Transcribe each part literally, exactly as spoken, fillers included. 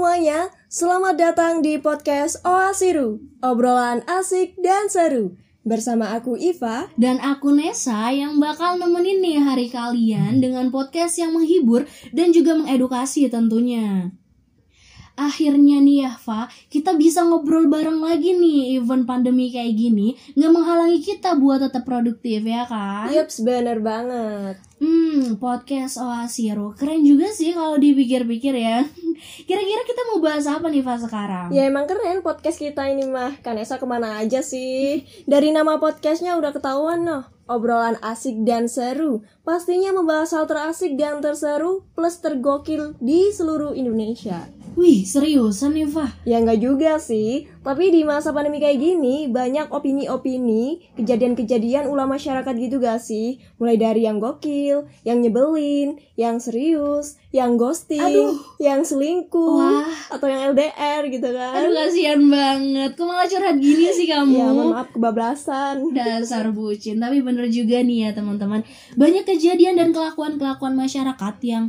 semuanya, selamat datang di podcast Oasiru, obrolan asik dan seru. Bersama aku Iva dan aku Nesa yang bakal nemenin nih hari kalian dengan podcast yang menghibur dan juga mengedukasi tentunya. Akhirnya nih ya Fa, kita bisa ngobrol bareng lagi nih. Event pandemi kayak gini gak menghalangi kita buat tetap produktif ya kan? Yups, bener banget. Hmm, podcast Oasiru keren juga sih kalau dipikir-pikir ya. Kira-kira kita mau bahas apa nih Fa sekarang? Ya emang keren podcast kita ini mah. Kanesa kemana aja sih? Dari nama podcastnya udah ketahuan noh. Obrolan asik dan seru. Pastinya membahas hal terasik dan terseru plus tergokil di seluruh Indonesia. Wih, seriusan nih Fa? Ya enggak juga sih. Tapi di masa pandemi kayak gini banyak opini-opini, kejadian-kejadian ulah masyarakat gitu gak sih? Mulai dari yang gokil, yang nyebelin, yang serius, yang ghosting, Aduh. yang selingkuh, Wah. atau yang L D R gitu kan. Aduh kasihan banget. Kok malah curhat gini sih kamu? Ya mohon maaf kebablasan. Dasar bucin. Tapi bener juga nih ya teman-teman, banyak kejadian dan kelakuan-kelakuan masyarakat yang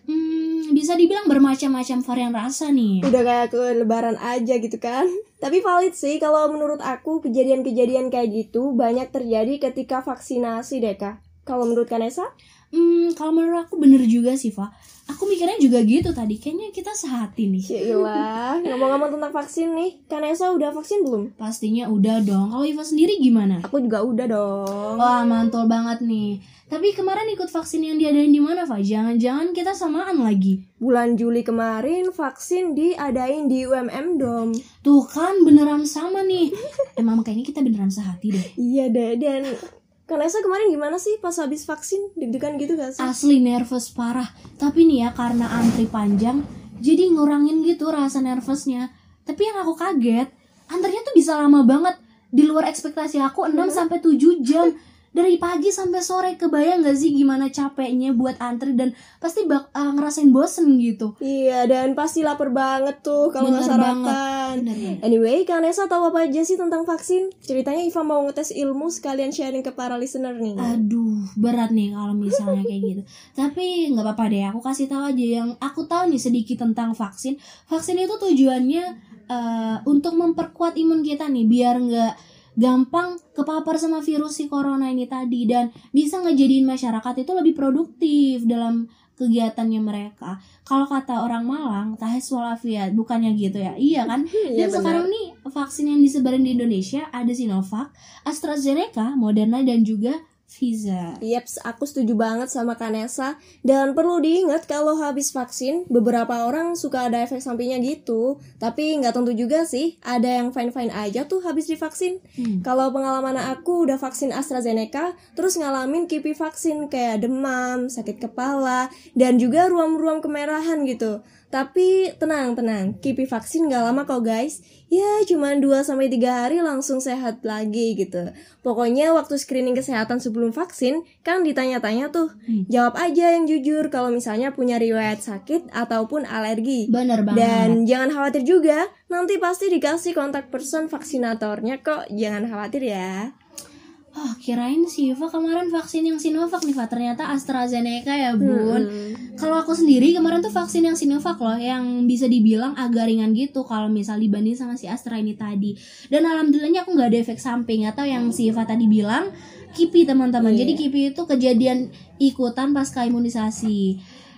hmm, bisa dibilang bermacam-macam varian rasa nih. Udah kayak ke lebaran aja gitu kan. Tapi valid sih kalau menurut aku kejadian-kejadian kayak gitu banyak terjadi ketika vaksinasi deh Kak. Kalau menurut Kanesa? Hmm, kalau menurut aku bener juga sih Fa. Aku mikirnya juga gitu tadi. Kayaknya kita sehati nih. Yaelah, ngomong-ngomong tentang vaksin nih, Kanesa udah vaksin belum? Pastinya udah dong. Kalau Iva sendiri gimana? Aku juga udah dong. Wah mantul banget nih. Tapi kemarin ikut vaksin yang diadain di mana Fa? Jangan-jangan kita samaan lagi. Bulan Juli kemarin vaksin diadain di U M M Dom. Tuh kan beneran sama nih. Emang kayaknya kita beneran sehati deh. Iya deh, dan Kanesa kemarin gimana sih pas habis vaksin? Deg-degan gitu gak sih? Asli nervous parah. Tapi nih ya karena antri panjang, jadi ngurangin gitu rasa nervousnya. Tapi yang aku kaget, antrinya tuh bisa lama banget. Di luar ekspektasi aku enam sampai tujuh jam. Dari pagi sampai sore. Kebayang gak sih gimana capeknya buat antri dan pasti bak uh, ngerasain bosen gitu. Iya, dan pasti lapar banget tuh kalau nggak sarapan. Anyway, Kanesa tahu apa aja sih tentang vaksin? Ceritanya Iva mau ngetes ilmu sekalian sharing ke para listener nih. Aduh, berat nih kalau misalnya kayak gitu. Tapi nggak apa-apa deh, aku kasih tahu aja yang aku tahu nih sedikit tentang vaksin. Vaksin itu tujuannya uh, untuk memperkuat imun kita nih, biar nggak gampang kepapar sama virus si corona ini tadi dan bisa ngejadiin masyarakat itu lebih produktif dalam kegiatannya mereka. Kalau kata orang Malang, tahes walafiat, bukannya gitu ya? Iya kan? Dan ya, sekarang nih vaksin yang disebarin di Indonesia ada Sinovac, AstraZeneca, Moderna dan juga Pfizer. Yeps, aku setuju banget sama Kanesa. Dan perlu diingat kalau habis vaksin, beberapa orang suka ada efek sampingnya gitu. Tapi nggak tentu juga sih, ada yang fine-fine aja tuh habis divaksin. Hmm. Kalau pengalaman aku udah vaksin AstraZeneca, terus ngalamin kipi vaksin kayak demam, sakit kepala, dan juga ruam-ruam kemerahan gitu. Tapi tenang-tenang, kipi vaksin gak lama kok guys. Ya cuma dua sampai tiga hari langsung sehat lagi gitu. Pokoknya waktu screening kesehatan sebelum vaksin, kan ditanya-tanya tuh. Hmm. Jawab aja yang jujur kalau misalnya punya riwayat sakit ataupun alergi. Bener banget. Dan jangan khawatir juga, nanti pasti dikasih kontak person vaksinatornya kok. Jangan khawatir ya. Oh, kirain si Iva kemarin vaksin yang Sinovac nih, Fa. Ternyata AstraZeneca ya, Bun. Hmm. Kalau aku sendiri kemarin tuh vaksin yang Sinovac loh, yang bisa dibilang agak ringan gitu kalau misal dibanding sama si Astra ini tadi. Dan alhamdulillahnya aku nggak ada efek samping atau yang si Iva tadi bilang kipi teman-teman. Yeah. Jadi kipi itu kejadian ikutan pasca imunisasi.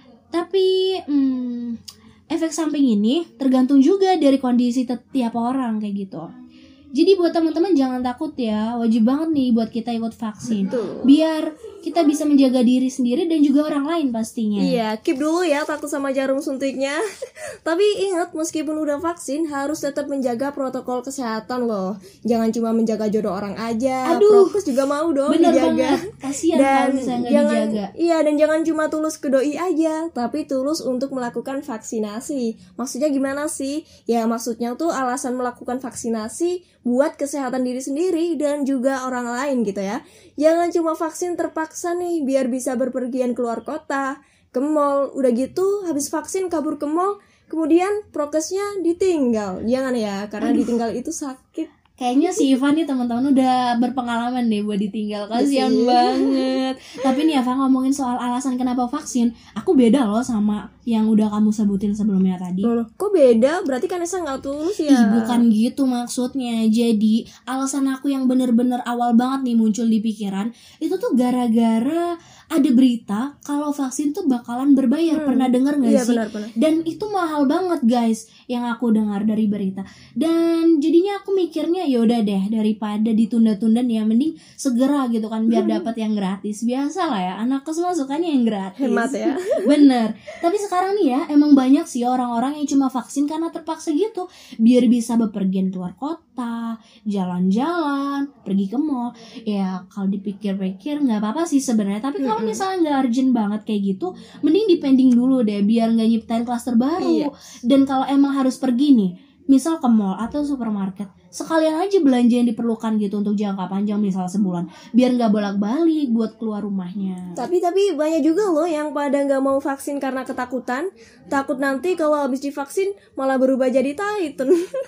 Tapi hmm, efek samping ini tergantung juga dari kondisi tiap orang kayak gitu. Jadi buat teman-teman jangan takut ya, wajib banget nih buat kita ikut vaksin. Betul. Biar kita bisa menjaga diri sendiri dan juga orang lain pastinya. Iya, keep dulu ya takut sama jarum suntiknya. Tapi ingat, meskipun udah vaksin harus tetap menjaga protokol kesehatan loh. Jangan cuma menjaga jodoh orang aja. Aduh, prokes juga mau dong bener dijaga. Banget. Kasian dan kalau misalnya nggak dijaga. Iya, dan jangan cuma tulus ke doi aja, tapi tulus untuk melakukan vaksinasi. Maksudnya gimana sih? Ya maksudnya tuh alasan melakukan vaksinasi buat kesehatan diri sendiri dan juga orang lain gitu ya. Jangan cuma vaksin terpaksa nih biar bisa berpergian keluar kota, ke mall. Udah gitu habis vaksin kabur ke mall, kemudian prokesnya ditinggal. Jangan ya, karena Aduh. ditinggal itu sakit. Kayaknya si Ivan nih teman-teman udah berpengalaman deh buat ditinggal. Kasian banget. Tapi nih Eva, ngomongin soal alasan kenapa vaksin, aku beda loh sama yang udah kamu sebutin sebelumnya tadi. Loh, kok beda? Berarti kan Nesa nggak tulus ya? Ih, bukan gitu maksudnya. Jadi alasan aku yang bener-bener awal banget nih muncul di pikiran itu tuh gara-gara ada berita kalau vaksin tuh bakalan berbayar. Hmm. Pernah dengar nggak iya, sih? Benar, benar. Dan itu mahal banget guys yang aku dengar dari berita. Dan jadinya aku mikirnya ya udah deh, daripada ditunda-tunda nih, yang mending segera gitu kan biar dapat yang gratis. Biasa lah ya, anak kos sukanya yang gratis. Hemat ya. Bener. Tapi sekarang nih ya, emang banyak sih orang-orang yang cuma vaksin karena terpaksa gitu, biar bisa bepergian keluar kota, jalan-jalan, pergi ke mall. Ya kalau dipikir-pikir nggak apa-apa sih sebenarnya. Tapi kalau misalnya nggak urgent banget kayak gitu, mending dipending dulu deh biar nggak nyiptain klaster baru. Iya. Dan kalau emang harus pergi nih, misal ke mall atau supermarket, sekalian aja belanja yang diperlukan gitu untuk jangka panjang, misal sebulan, biar nggak bolak-balik buat keluar rumahnya. Tapi tapi banyak juga loh yang pada nggak mau vaksin karena ketakutan, takut nanti kalau habis divaksin malah berubah jadi Titan.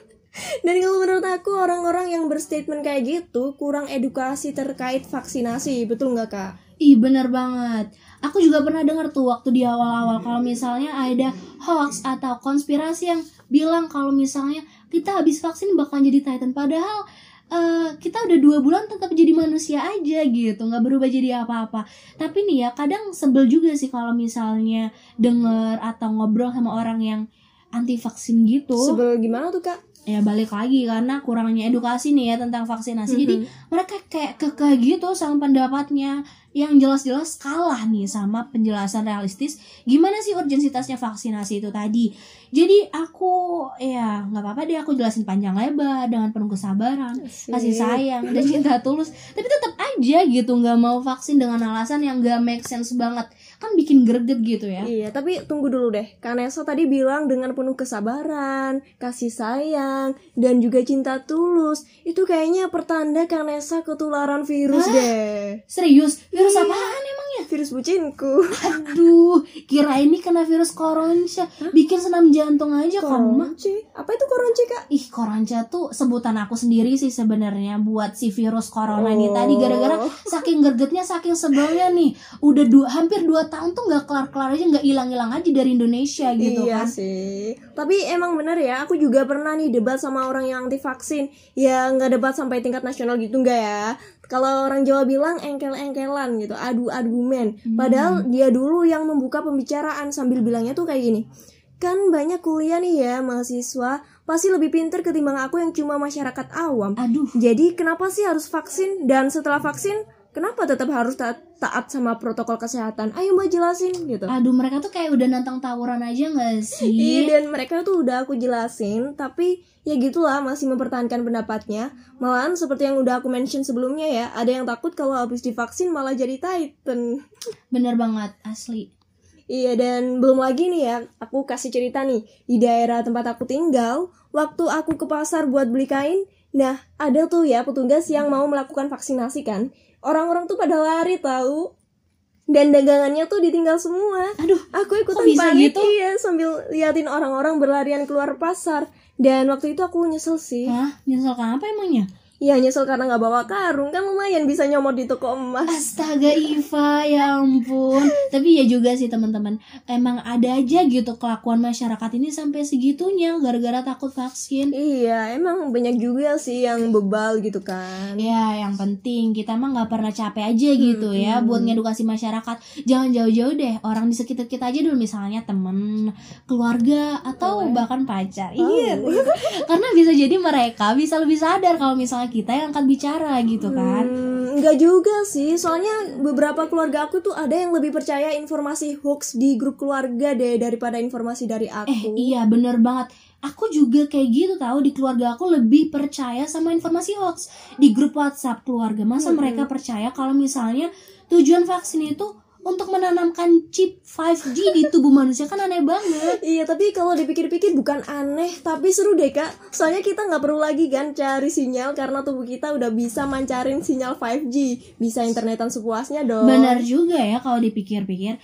Dan kalau menurut aku orang-orang yang berstatement kayak gitu kurang edukasi terkait vaksinasi, betul nggak Kak? Ih bener banget. Aku juga pernah dengar tuh waktu di awal-awal kalau misalnya ada hoax atau konspirasi yang bilang kalau misalnya kita habis vaksin bakal jadi Titan. Padahal uh, kita udah dua bulan tetap jadi manusia aja gitu, nggak berubah jadi apa-apa. Tapi nih ya kadang sebel juga sih kalau misalnya denger atau ngobrol sama orang yang anti vaksin gitu. Sebel gimana tuh Kak? Ya balik lagi karena kurangnya edukasi nih ya tentang vaksinasi. Mm-hmm. Jadi mereka kayak kekeh gitu sama pendapatnya yang jelas-jelas kalah nih sama penjelasan realistis gimana sih urgensitasnya vaksinasi itu tadi. Jadi aku ya nggak apa-apa deh aku jelasin panjang lebar dengan penuh kesabaran, Asik. kasih sayang dan cinta tulus. Tapi tetap aja gitu nggak mau vaksin dengan alasan yang nggak make sense banget, kan bikin greget gitu ya. Iya, tapi tunggu dulu deh. Kanesa tadi bilang dengan penuh kesabaran, kasih sayang, dan juga cinta tulus. Itu kayaknya pertanda Kanesa ketularan virus. Hah? Deh. Serius? Virus iya. Apaan emangnya? Virus bucinku. Aduh, kira ini kena virus koronca. Bikin senam jantung aja kamu. Apa itu koronca Kak? Ih, koronca tuh sebutan aku sendiri sih sebenarnya buat si virus corona oh. nih tadi, gara-gara saking gregetnya, saking sebelnya nih. Udah dua, hampir dua tahun tuh nggak kelar-kelar aja, nggak hilang-hilang aja dari Indonesia gitu iya kan. Iya sih. Tapi emang bener ya, aku juga pernah nih debat sama orang yang anti vaksin. Ya nggak debat sampai tingkat nasional gitu nggak ya. Kalau orang Jawa bilang engkel-engkelan gitu, adu argumen. Hmm. Padahal dia dulu yang membuka pembicaraan sambil bilangnya tuh kayak gini. Kan banyak kuliah nih ya mahasiswa, pasti lebih pinter ketimbang aku yang cuma masyarakat awam. Aduh. Jadi kenapa sih harus vaksin? Dan setelah vaksin, kenapa tetap harus ta- taat sama protokol kesehatan? Ayo mbak jelasin gitu. Aduh, mereka tuh kayak udah nantang tawuran aja gak sih? Iya, dan mereka tuh udah aku jelasin, tapi ya gitulah masih mempertahankan pendapatnya. Malahan seperti yang udah aku mention sebelumnya ya, ada yang takut kalau habis divaksin malah jadi Titan. Bener banget, asli. Iya, dan belum lagi nih ya, aku kasih cerita nih. Di daerah tempat aku tinggal, waktu aku ke pasar buat beli kain, nah ada tuh ya petugas yang mau melakukan vaksinasi kan. Orang-orang tuh pada lari tahu, dan dagangannya tuh ditinggal semua. Aduh, aku ikutan panik gitu? Iya, sambil liatin orang-orang berlarian keluar pasar. Dan waktu itu aku nyesel sih. Hah? Nyesel kenapa emangnya? Ya nyesel karena gak bawa karung, kan lumayan bisa nyomot di toko emas. Astaga Iva, ya ampun. Tapi ya juga sih teman-teman, emang ada aja gitu kelakuan masyarakat ini sampai segitunya gara-gara takut vaksin. Iya, emang banyak juga sih yang bebal gitu kan. Ya, yang penting kita mah gak pernah capek aja gitu hmm, ya hmm. buat ngedukasi masyarakat. Jangan jauh-jauh deh, orang di sekitar kita aja dulu, misalnya temen, keluarga, atau oh, bahkan pacar. Oh, iya, gitu. Karena bisa jadi mereka bisa lebih sadar kalau misalnya kita yang akan bicara gitu kan. Hmm, enggak juga sih, soalnya beberapa keluarga aku tuh ada yang lebih percaya informasi hoax di grup keluarga deh daripada informasi dari aku. Eh iya bener banget, aku juga kayak gitu tahu. Di keluarga aku lebih percaya sama informasi hoax di grup WhatsApp keluarga. Masa hmm. mereka percaya kalau misalnya tujuan vaksin itu untuk menanamkan chip lima G di tubuh manusia, kan aneh banget. Iya, tapi kalau dipikir-pikir bukan aneh, tapi seru deh Kak. Soalnya kita nggak perlu lagi kan cari sinyal karena tubuh kita udah bisa mancarin sinyal lima G, bisa internetan sepuasnya dong. Benar juga ya kalau dipikir-pikir.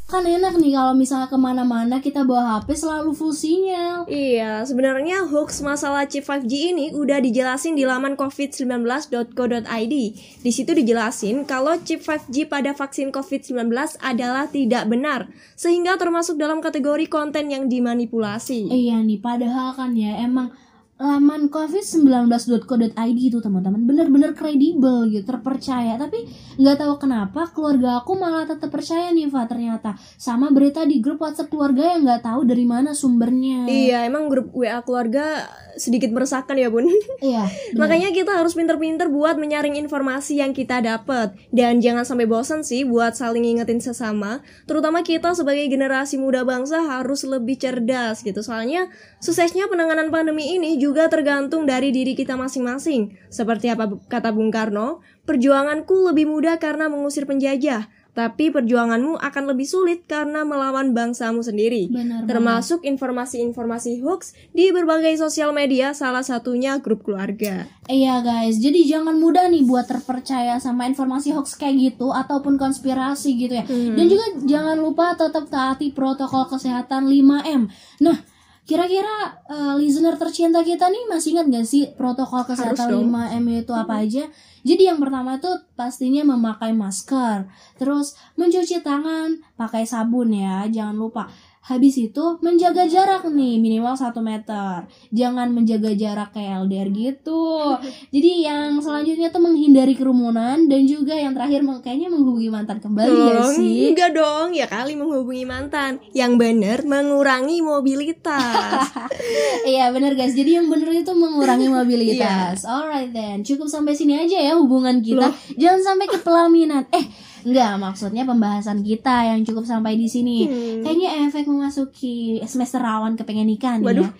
Kan enak nih kalau misalnya kemana-mana kita bawa H P selalu full sinyal. Iya, sebenarnya hoax masalah chip lima G ini udah dijelasin di laman covid sembilan belas dot co dot i d. Di situ dijelasin kalau chip lima G pada vaksin covid sembilan belas adalah tidak benar, sehingga termasuk dalam kategori konten yang dimanipulasi. Iya nih, padahal kan ya emang laman covid sembilan belas dot co dot i d itu teman-teman bener-bener kredibel gitu, terpercaya. Tapi nggak tahu kenapa keluarga aku malah tetap percaya nih Fa, ternyata sama berita di grup WhatsApp keluarga yang nggak tahu dari mana sumbernya. Iya, emang grup W A keluarga sedikit meresahkan ya Bun. Iya. Makanya kita harus pinter-pinter buat menyaring informasi yang kita dapat, dan jangan sampai bosan sih buat saling ingetin sesama. Terutama kita sebagai generasi muda bangsa harus lebih cerdas gitu. Soalnya suksesnya penanganan pandemi ini juga tergantung dari diri kita masing-masing. Seperti apa kata Bung Karno, perjuanganku lebih mudah karena mengusir penjajah, tapi perjuanganmu akan lebih sulit karena melawan bangsamu sendiri. Benar Termasuk informasi-informasi hoax di berbagai sosial media, salah satunya grup keluarga. Iya guys, jadi jangan mudah nih buat terpercaya sama informasi hoax kayak gitu ataupun konspirasi gitu ya. Hmm. Dan juga jangan lupa tetap taati protokol kesehatan lima M. Nah, kira-kira uh, listener tercinta kita nih masih ingat gak sih protokol kesehatan lima M itu apa aja? Jadi yang pertama itu pastinya memakai masker, terus mencuci tangan pakai sabun ya, jangan lupa. Habis itu menjaga jarak nih minimal satu meter. Jangan menjaga jarak kayak L D R gitu. Jadi yang selanjutnya tuh menghindari kerumunan, dan juga yang terakhir kayaknya menghubungi mantan kembali ya sih. Enggak dong, ya kali menghubungi mantan. Yang bener mengurangi mobilitas. Iya bener guys, jadi yang bener itu mengurangi mobilitas. Yeah. Alright then, cukup sampai sini aja ya hubungan kita. Loh. Jangan sampai ke pelaminan. Eh enggak, maksudnya pembahasan kita yang cukup sampai di sini. Hmm. Kayaknya efek memasuki semester rawan kepengen nikah nih. Waduh.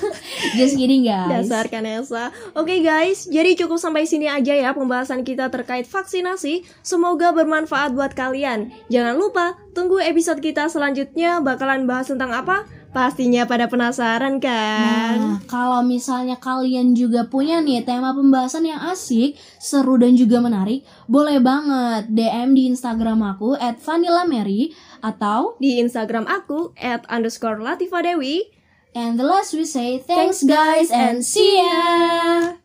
Ya. Just kidding guys. Dasar Kanesa. Oke okay, guys, jadi cukup sampai sini aja ya pembahasan kita terkait vaksinasi. Semoga bermanfaat buat kalian. Jangan lupa tunggu episode kita selanjutnya, bakalan bahas tentang apa? Pastinya pada penasaran kan? Nah, kalau misalnya kalian juga punya nih tema pembahasan yang asik, seru dan juga menarik, boleh banget D M di Instagram aku at vanilla mary atau di Instagram aku at underscore latifadewi. And the last we say thanks guys and see ya!